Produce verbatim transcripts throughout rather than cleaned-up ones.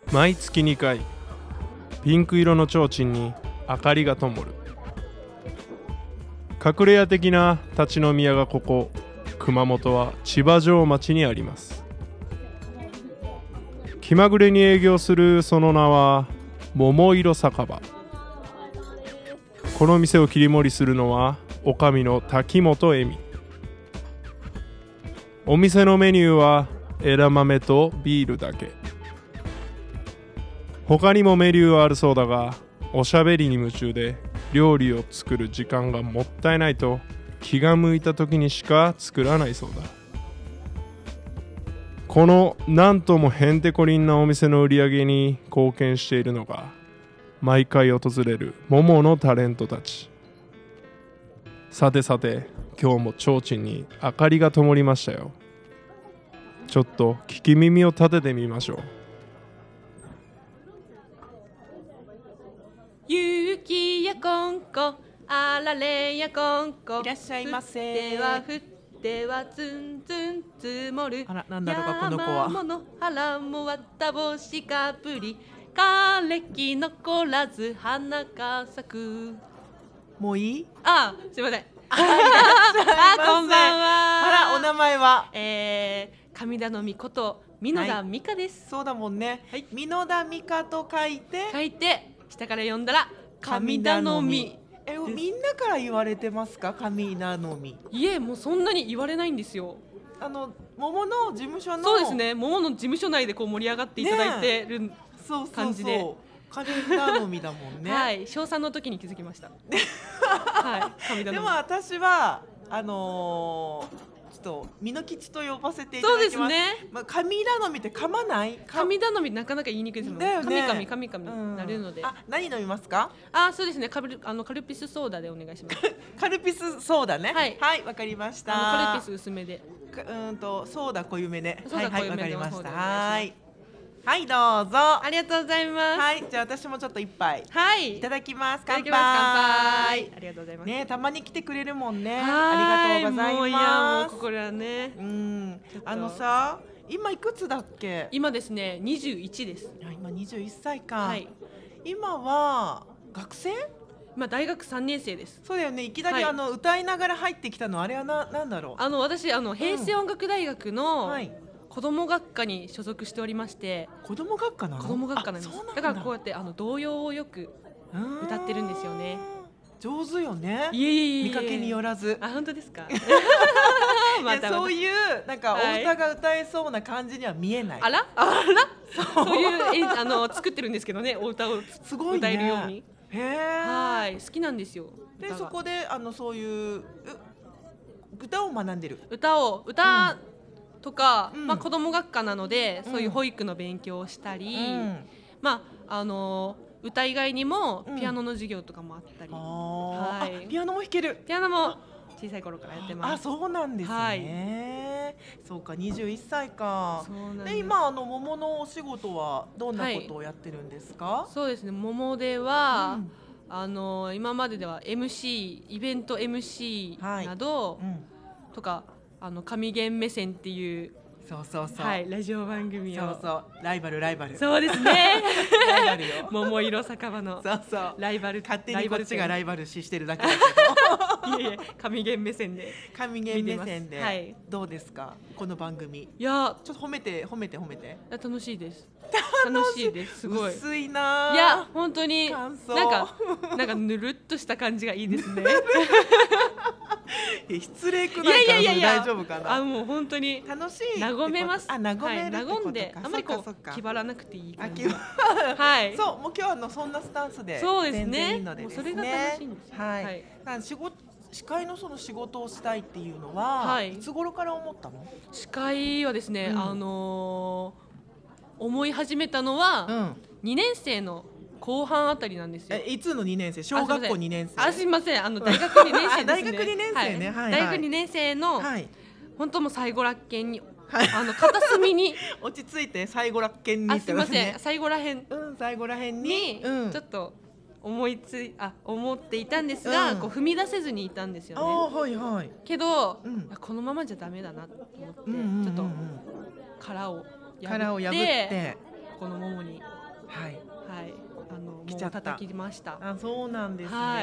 毎月にかい、ピンク色の提灯に明かりが灯る。隠れ家的な立ち飲み屋がここ熊本は千葉城町にあります。気まぐれに営業するその名は桃色酒場。この店を切り盛りするのは女将の滝本恵美。お店のメニューは枝豆とビールだけ。他にもメニューはあるそうだが、おしゃべりに夢中で料理を作る時間がもったいないと気が向いた時にしか作らないそうだ。このなんともへんてこりんなお店の売り上げに貢献しているのが、毎回訪れるモモのタレントたち。さてさて、今日も提灯に明かりが灯りましたよ。ちょっと聞き耳を立ててみましょう。 雪やこんこ、あられやこんこ、 いらっしゃいませ。 降っては降ってはつんつん積もる。 あら、なんだろうかこの子は。 山もの腹もわった帽子かぶり、枯れ木残らず花が咲く。 もういい？ あ、すいません。 あ、 こんばんは。 あら、お名前は？ えー、神田のみこと美濃田美香です。 そうだもんね。 はい。 美濃田美香と書いて。 書いて下から読んだら神田のみ。 え、みんなから言われてますか？神田のみ。 いえ、もうそんなに言われないんですよ。 あの桃の事務所の。 そうですね。桃の事務所内でこう盛り上がっていただいてる、ね、感じで。 神田のみだもんね。 はい。小さんの時に気づきました。はい。神田のみ。 でも私はあのー。ちょっと美濃吉と呼ばせていただきます。 そうですね。 まあ、神頼みって噛まない？ 神頼みなかなか言いにくいですもんね。神々神々になるので。 あ、何飲みますか？ あ、そうですね。カルあのカルピスソーダでお願いします。 カルピスソーダね。 はい。 はい、わかりました。 あのカルピス薄めで。 うんとソーダ濃ゆめね。 ソーダ濃ゆめはい、わかりました。 ははい。はい、どうぞ。 ありがとうございます。 はい、じゃあ私もちょっと一杯。 はい。 いただきます。 乾杯。乾杯。ありがとうございます。 ね、たまに来てくれるもんね。 ありがとうございます。もういや、 もうここらね。 うん。あのさ、今いくつだっけ？ 今ですね、にじゅういちです。 今にじゅういっさいか。 はい。 今は学生？ 今大学さんねん生です。 そうだよね。いきなりあの歌いながら入ってきたの、あれはな、なんだろう。 あの私あの平成音楽大学の、 はい。 子供学科に所属しておりまして。 子供学科なの？ 子供学科なんです。だからこうやってあの童謡をよく歌ってるんですよね。 上手よね。 いえいえいえ。 見かけによらず。 あ、本当ですか？ またそういうなんかお歌が歌えそうな感じには見えない。 あら？あら？そういうあの作ってるんですけどね、お歌を歌えるように。 へえ。 はい、好きなんですよ。 でそこであのそういう歌を学んでる。 歌を歌とか、まあ子供学科なのでそういう保育の勉強をしたり、まああの歌以外にもピアノの授業とかもあったり。 はい。ピアノも弾ける。 ピアノも小さい頃からやってます。 あ、そうなんですね。そうか、にじゅういっさいか。で、今あの桃のお仕事はどんなことをやってるんですか？ そうですね。桃ではあの今まででは エムシー イベント エムシー などとか。あの神言目線っていうそうそうそう、 はい、ラジオ番組をそうそうライバルライバルそうですねライバルよ桃色酒場のそうそうライバル勝手にこっちがライバル視してるだけだけどいえいえ神言目線で神言目線で、はい、どうですかこの番組？ いやちょっと褒めて褒めて褒めて。 楽しいです。楽しいです。すごい薄いな。 いや本当になんかなんかぬるっとした感じがいいですね失礼くないから大丈夫かな。 あ、もう本当に楽しい。 和めます。 あ、和めるってことか。 和んであんまりこう気張らなくていい感じ。 はい。そう、もう今日はのそんなスタンスで全然いいのでですね。 それが楽しいんです。 はい。仕事司会のその仕事をしたいっていうのはいつ頃から思ったの？ 司会はですね、あの思い始めたのはにねん生の後半あたりなんですよ。 え、いつのにねん生？小学校にねん生？ あ、すみません。あの大学にねん生ですね。 大学にねん生ね。 大学にねん生の本当も最後らっけんにあの片隅に落ち着いて最後らっけんに。 あ、すみません。最後らへん。 うん、最後らへんにちょっと思いついあ思っていたんですが、こう踏み出せずにいたんですよね。 あ、はいはい。 けどこのままじゃダメだなと思ってちょっと殻を殻を破ってこの桃にはい。 はい、あの来ちゃったもう叩きました。 あ、そうなんですね。 はい、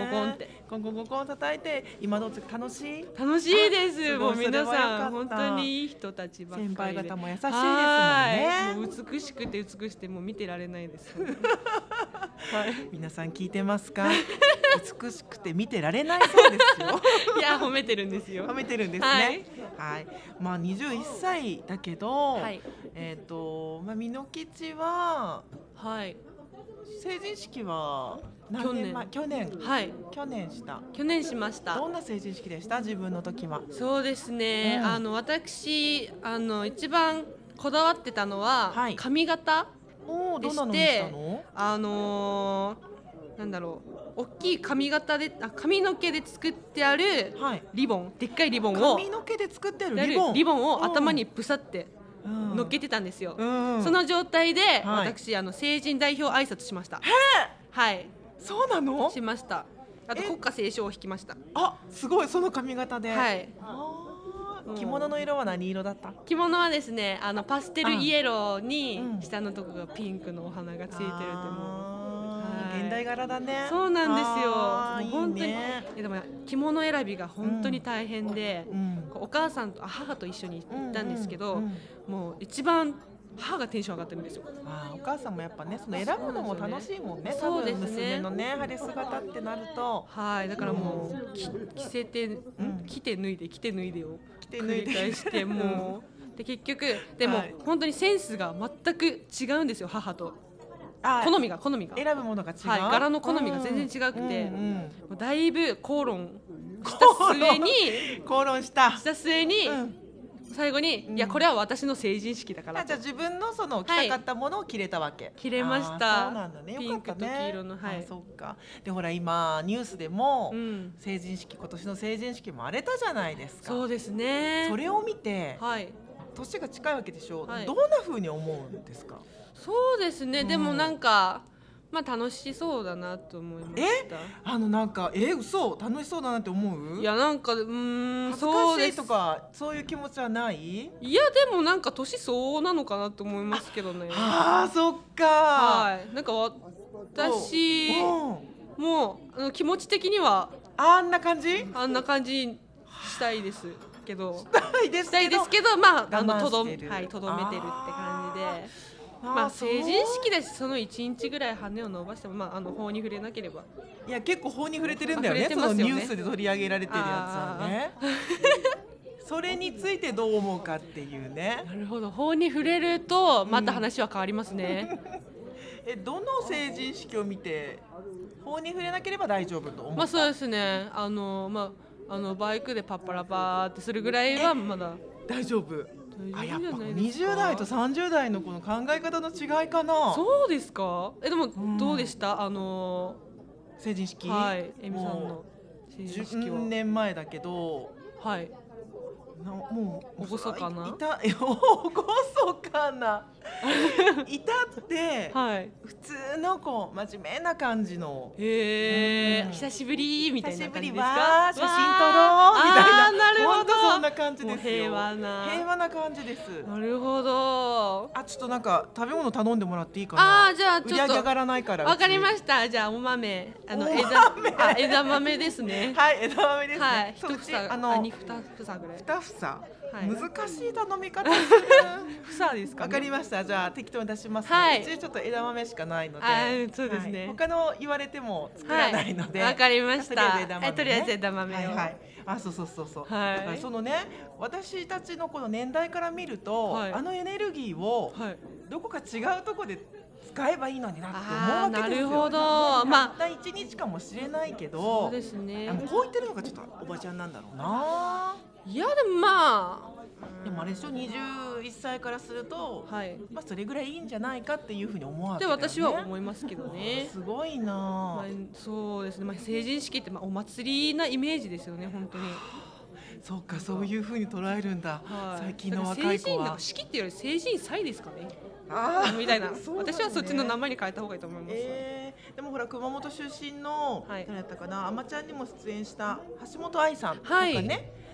コンコンコンってコンコンコンコン叩いて、今どうですか、楽しい？ 楽しいです。もう皆それはよかったさん本当にいい人たちばっかりで、 先輩方も優しいですもんはいね。 もう美しくて美しくてもう見てられないです。はい、 皆さん聞いてますか？美しくて見てられないそうですよ。 いや褒めてるんですよ。 褒めてるんですね。はい。はい、まあにじゅういっさいだけど、はい、えっ、ー、とまあ美濃吉は、 はい、 成人式は何年前？去年。 はい。 去年した。 去年しました。 どんな成人式でした？自分の時は。 そうですね。うん、あの私あの一番こだわってたのは髪型でして、あのー、なんだろう、大きい髪型であ髪の毛で作ってあるリボン、はい、でっかいリボンを髪の毛で作ってあるリボンリボンを頭にブサって乗っけてたんですよ。うんうん、その状態で、はい、私あの成人代表挨拶しました。はい。 そうなの？ しました。あと国歌斉唱を弾きました。 あ、すごい、その髪型で。 はい。 着物の色は何色だった？ 着物はですね、あのパステルイエローに下のとこがピンクのお花がついてるってもう、現代柄だね。 そうなんですよ。本当に。でも着物選びが本当に大変で、お母さんと母と一緒に行ったんですけど、もう一番母がテンション上がってるんですよ。 あ、お母さんもやっぱね、その選ぶのも楽しいもんね。そうですね。娘のね、晴れ姿ってなると、 はい、だからもう着せて、着て脱いで着て脱いでを繰り返してもうで結局でも本当にセンスが全く違うんですよ、母と。好みが好みが選ぶものが違う。 はい、柄の好みが全然違くて、だいぶ口論した末に口論したした末に。最後に、うん、いやこれは私の成人式だから。 じゃあ自分のその着たかったものを着れたわけ。はい、 着れました。 そうなんだね。 ピンクと黄色の、はい。 そっか。でほら今ニュースでも、うん、成人式今年の成人式も荒れたじゃないですか。 そうですね。 それを見て、はい、年が近いわけでしょ。はい、どんな風に思うんですか。 そうですね。うん、でもなんか。まあ楽しそうだなと思いました。 え、あのなんかえ嘘楽しそうだなって思う？ いやなんかうーん恥ずかしいとかそういう気持ちはない？いやでもなんか年相応なのかなと思いますけどね。 ああそっか。 はい。なんか私もうあの気持ち的にはあんな感じ？ あんな感じしたいですけど。 したいですけど。 したいですけどまああのとどはいとどめてるって感じで。まあ成人式だしそのいちにちぐらい羽を伸ばしてもまああの法に触れなければ。 いや結構法に触れてるんだよね。そのニュースで取り上げられてるやつはね。それについてどう思うかっていうね。 なるほど。法に触れるとまた話は変わりますね。 うん、えどの成人式を見て法に触れなければ大丈夫と思う？ まあそうですね。あのまああのバイクでパッパラパーってするぐらいはまだ大丈夫。あ、やっぱにじゅう代とさんじゅう代のこの考え方の違いかな。 そうですか。えでもどうでした、うん、あのー、成人式？ はい、えみさんの成人式は。 じゅうねんまえだけど、 はい。 なもうおごそかな。 いたおごそかな。いたって、はい、普通のこう真面目な感じの。 へえ、うん、久しぶりみたいな感じですか。 写真撮ろうみたいな。 あなるほど。 そんな感じですよ。 平和な平和な感じです。 なるほど。 あ、ちょっとなんか食べ物頼んでもらっていいかな。 あ、じゃあちょっと売り上げ上がらないから。 わかりました。じゃあお豆あの枝あ枝豆ですね。 はい、枝豆ですね。 はい、一房あの二房ぐらい。 二房。はい、難しい頼み方する。 房ですか、ね。 わかりました。じゃあ適当に出しますね。 はい、 うちちょっと枝豆しかないので。 あ、そうですね、はい。 他の言われても作らないので。 わ、はい、かりました。 とりあえず枝豆を。はいはい。 あ、そうそうそうそう。 はい、 だからそのね、私たちのこの年代から見ると、はい、あのエネルギーをどこか違うところで使えばいいのになって思うわけですよ。 なるほど。まあ、 たった一日かもしれないけど、 そうですね。 こう言ってるのがちょっとおばちゃんなんだろうな。 いやでもまあ。 でもあれでしょ、にじゅういっさいからすると、はい、まあそれぐらいいいんじゃないかっていうふうに思うわけだよね。 で私は思いますけどね。 すごいな、 まあ、そうですね、まあ、成人式ってまあお祭りなイメージですよね本当に。 そうか、そういうふうに捉えるんだ、はい、最近の若い子は。 成人式っていうより成人祭ですかねあみたいな、ね、私はそっちの名前に変えた方がいいと思います、 えー、でもほら熊本出身の、はい、誰だったかな、あまちゃんにも出演した橋本愛さんとかね、はい、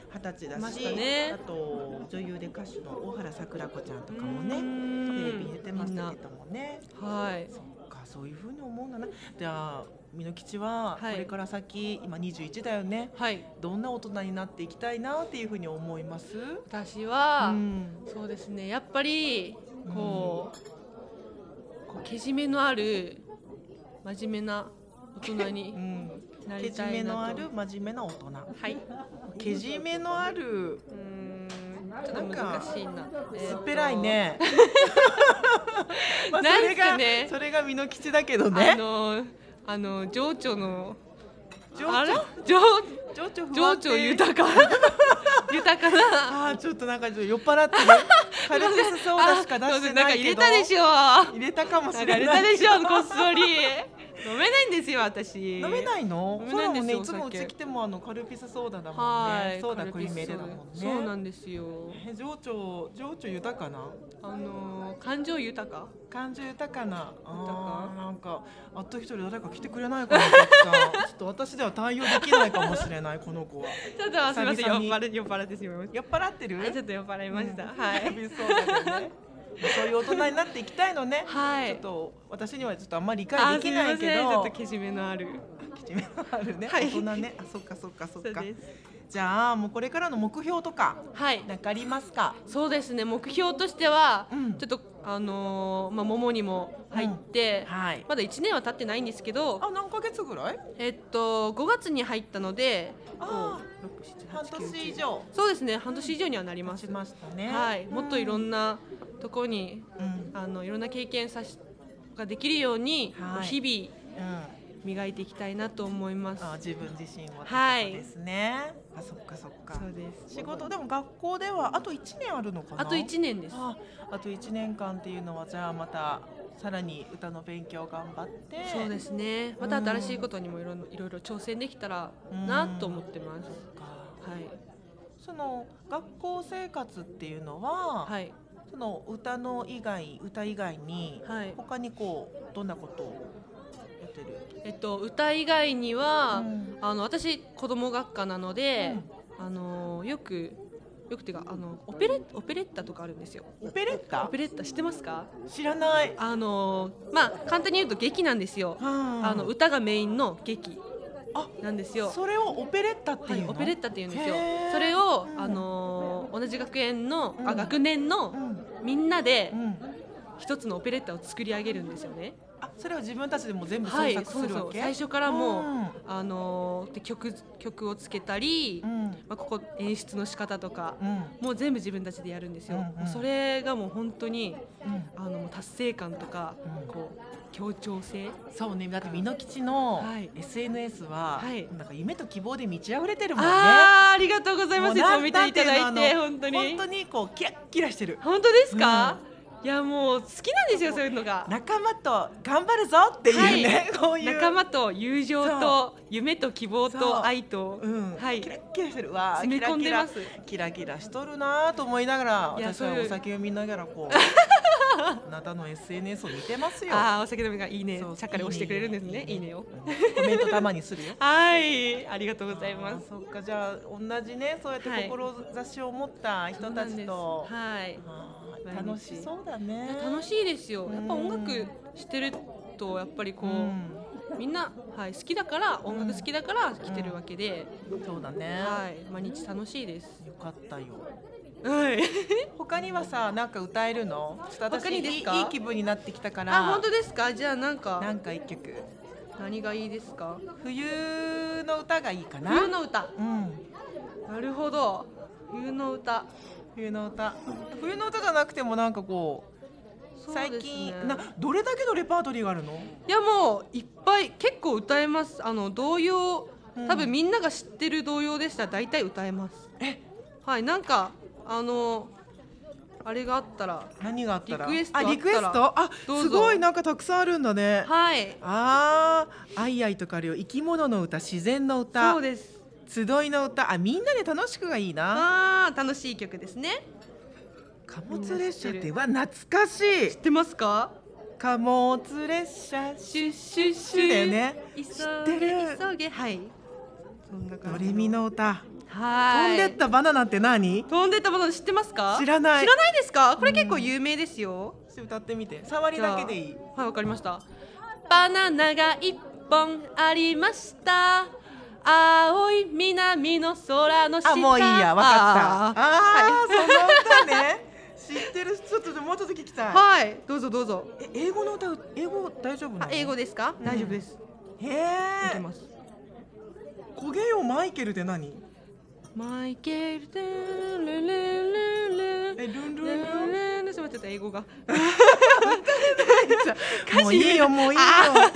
二十歳だし、 ね、 あと女優で歌手の大原桜子ちゃんとかもねテレビに出てましたけどもね。 はい。 そっか、そういう風に思うんだな。じゃあ美濃吉はこれから先、はい、今にじゅういちだよね、はい、どんな大人になっていきたいなっていう風に思います？ 私は、うん、そうですね、やっぱりこう、うん、こうけじめのある真面目な大人になりたいなと、うん、けじめのある真面目な大人、はい、けじめのある、うーん、ちょっと難しいな、 薄っぺらいねまあそれが、ね、それが美濃吉だけどね、 あのあの情緒の情緒情緒情緒豊か豊かなあ、ちょっとなんか酔っ払ってるカルピスソーダしか出してないけど、 なんか入れたでしょ、 入れたかもしれない、 入れたでしょ、こっそり飲めないんですよ私。 飲めないの？そうだもんね、いつもうち来てもあのカルピスソーダだもんね、ソーダクリメレだもんね。 そうなんですよ。 え、情緒情緒豊かな、 あのー、感情豊か感情豊かな、あ、なんかあと一人誰か来てくれないかなちょっと私では対応できないかもしれないこの子は。 ちょっとすみません、酔っ払酔っ払ってしまいました。 酔っ払ってる？ ちょっと酔っ払いました。うん、はい。 カルピスソーダでね。そういう大人になっていきたいのね。はい。ちょっと私にはちょっとあんまり理解できないけど、 ちょっとけじめのある、 けじめのあるね、はい、大人ね。あ、そっかそっかそっか。じゃあもうこれからの目標とか、はい、なんかありますか？ そうですね、目標としては、うん、ちょっとあのー、まあ桃にも入って、うん、はい、まだいちねんは経ってないんですけど、 あ、何ヶ月ぐらい？ えっとごがつに入ったので、 あ、ろく、しち、はち、きゅう、半年以上。 そうですね、半年以上にはなります。 しましたね。 はい、もっといろんなところに、うん、あのいろんな経験さしができるように、はい、日々、うん、磨いていきたいなと思います。 あ、自分自身もってことですね。はい、あ、そっかそっか。 そうです。 仕事でも学校ではあといちねんあるのかな？ あといちねんです。 あ、あといちねんかんっていうのはじゃあまたさらに歌の勉強頑張って。 そうですね。また新しいことにもいろいろいろ挑戦できたらなと思ってます。はい。 その学校生活っていうのは、はい、その歌の以外歌以外に、はい、他にこうどんなことをやってる？ えっと歌以外には、うん、あの私子供学科なので、うん、あのよくよくてかあのオペレオペレッタとかあるんですよ。 オペレッタ？ オペレッタ知ってますか？ 知らない。 あのまあ簡単に言うと劇なんですよ。あの歌がメインの劇なんですよ。 それをオペレッタっていうの？ はい、オペレッタっていうんですよ。それを、うん、あの同じ学園の、うん、あ学年の、うん、みんなで一つのオペレッタを作り上げるんですよね。 あ、それを自分たちでも全部創作するわけ？はい、そうそう、 最初からもう、うん、あので曲曲をつけたり、うん、まあ、ここ演出の仕方とか、うん、もう全部自分たちでやるんですよ。うんうん、それがもう本当に、うん、あのもう達成感とか、うん、こう協調性。 そうね、だって美濃吉の エスエヌエス は、はい、なんか夢と希望で満ち溢れてるもんね。 あー、ありがとうございます。いつも見ていただいて本当に本当にこうキラッキラしてる。 本当ですか？うん、いやもう好きなんですよ、そういうのが。 仲間と頑張るぞっていうね、はい、こういう仲間と友情と夢と希望と愛と、 うん、はい、キラッキラしてるわ。 詰め込んでます。 キラキラしとるなと思いながら、私はお酒を見ながらこうあなたの エスエヌエス を見てますよ。 ああ、お酒飲みがいいね、ちゃっかり押してくれるんですね。いいねよ。 コメントたまにするよ。 はい、ありがとうございます。 そっか、じゃあ同じね、そうやって志を持った人たちと、はい、楽しそうだね。 楽しいですよ。やっぱ音楽してるとやっぱりこう、うん、みんな、はい、好きだから音楽好きだから来てるわけで、 うん、そうだね。 はい、毎日楽しいです。 よかったよ。 はい。 他にはさ、なんか歌えるの？ちょっと私いい、いい気分になってきたから。 あ、本当ですか？じゃあなんかなんか一曲。 何がいいですか？ 冬の歌がいいかな。 冬の歌。 うん。 なるほど。冬の歌。 冬の歌。冬の歌じゃなくてもなんかこう、最近などれだけのレパートリーがあるの？ いやもういっぱい結構歌えます。あの童謡、多分みんなが知ってる童謡でしたら大体歌えます。 え、 はい、なんか。あのあれがあったら、 何があったら、 リクエストあったら、 あ、リクエスト、あ、すごいなんかたくさんあるんだね。 はい。 ああ、あいあいとかあるよ。生き物の歌、自然の歌、 そうです。 集いの歌、あ、みんなで楽しくがいいな。あー、楽しい曲ですね。 貨物列車っては懐かしい。 知ってますか？ 貨物列車シュッシュッシュだよね。 急げ急げ、はい。 そんな感じ。ドレミの歌。 はい。 飛んでったバナナって何？ 飛んでったバナナ知ってますか？ 知らない。 知らないですか？これ結構有名ですよ。 うん、歌ってみて。触りだけでいい。 はい、わかりました。バナナが一本ありました。青い南の空の下。 あ、もういいや、わかった。ああ、はい、その歌ね。知ってる。ちょっともうちょっと聞きたい。 はい、どうぞどうぞ。 え、英語の歌、英語大丈夫なの？ 英語ですか？うん、大丈夫です。 へえ。 いけます。 焦げよマイケルって何？マイケルルルルルルえ、ルンルンルンルン。 ちょっと英語が。 もういいよもういいよ。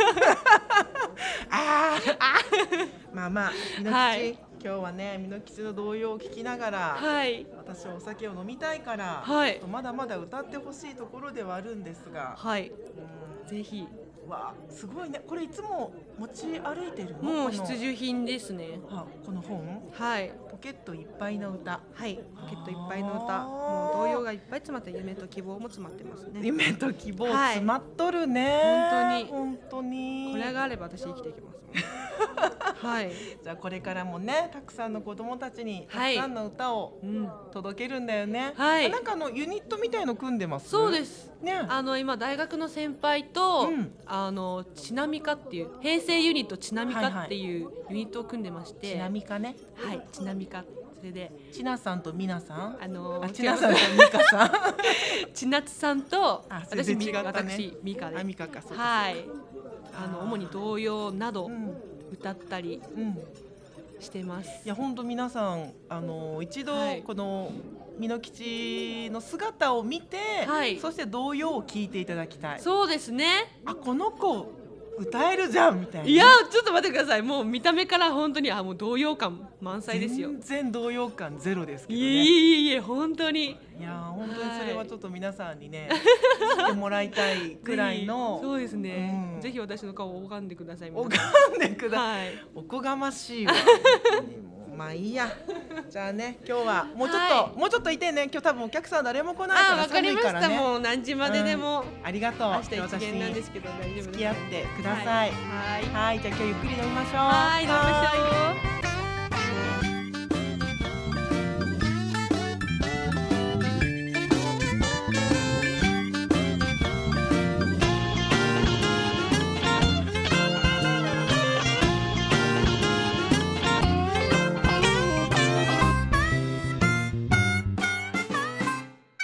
ああ。まあまあ、みのきち、今日はね、みのきちの童謡を聞きながら、はい、私はお酒を飲みたいから、はい、まだまだ歌ってほしいところではあるんですが、 はい、うん、ぜひ。 わあ、すごいね。これいつも持ち歩いてるの？ もう必需品ですね。 は、この本？ はい。 ポケットいっぱいの歌。 はい。ポケットいっぱいの歌。もう童謡がいっぱい詰まった夢と希望も詰まってますね。 夢と希望詰まっとるね。 はい、 本当に。本当に。 これがあれば私生きていけますもん。はい。 じゃあこれからもね、たくさんの子供たちにたくさんの歌を届けるんだよね。はい。なんかあのユニットみたいの組んでます？ そうです。ね。あの今大学の先輩と、うん、あのちなみかっていう平成ユニットちなみかっていうユニットを組んでまして。 ちなみかね。 はい。ちなみか。それでちなさんとみなさん。 あのちなさんとみかさん。 ちなつさんと私みか私みかで。 あ、みかか。 はい。あの主に童謡など歌ったりしてます。 いや本当皆さんあの一度このみのきちの姿を見て、はい、そして童謡を聞いていただきたい。 そうですね。 あ、この子歌えるじゃんみたいな。 いやちょっと待ってください。もう見た目から本当にあもう童謡感満載ですよ。 全然童謡感ゼロですけどね。 いえいえいえ本当に。 いや本当にそれはちょっと皆さんにね、知ってもらいたいくらいの。 そうですね、うん、ぜひ私の顔を拝んでください。 拝んでください、はい、おこがましいわ。まあいいや。じゃあね、今日はもうちょっと、はい、もうちょっといてね。今日多分お客さん誰も来ないから寒いからね。 あ、わかりました。もう何時まででも、 うん、ありがとう。 明日一限なんですけど大丈夫です。 付き合ってください。はい、はい、じゃあ今日ゆっくり飲みましょう。 はい、飲みましょう。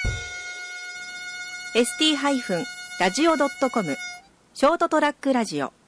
エスティー ラジオ ドットコム ショートトラックラジオ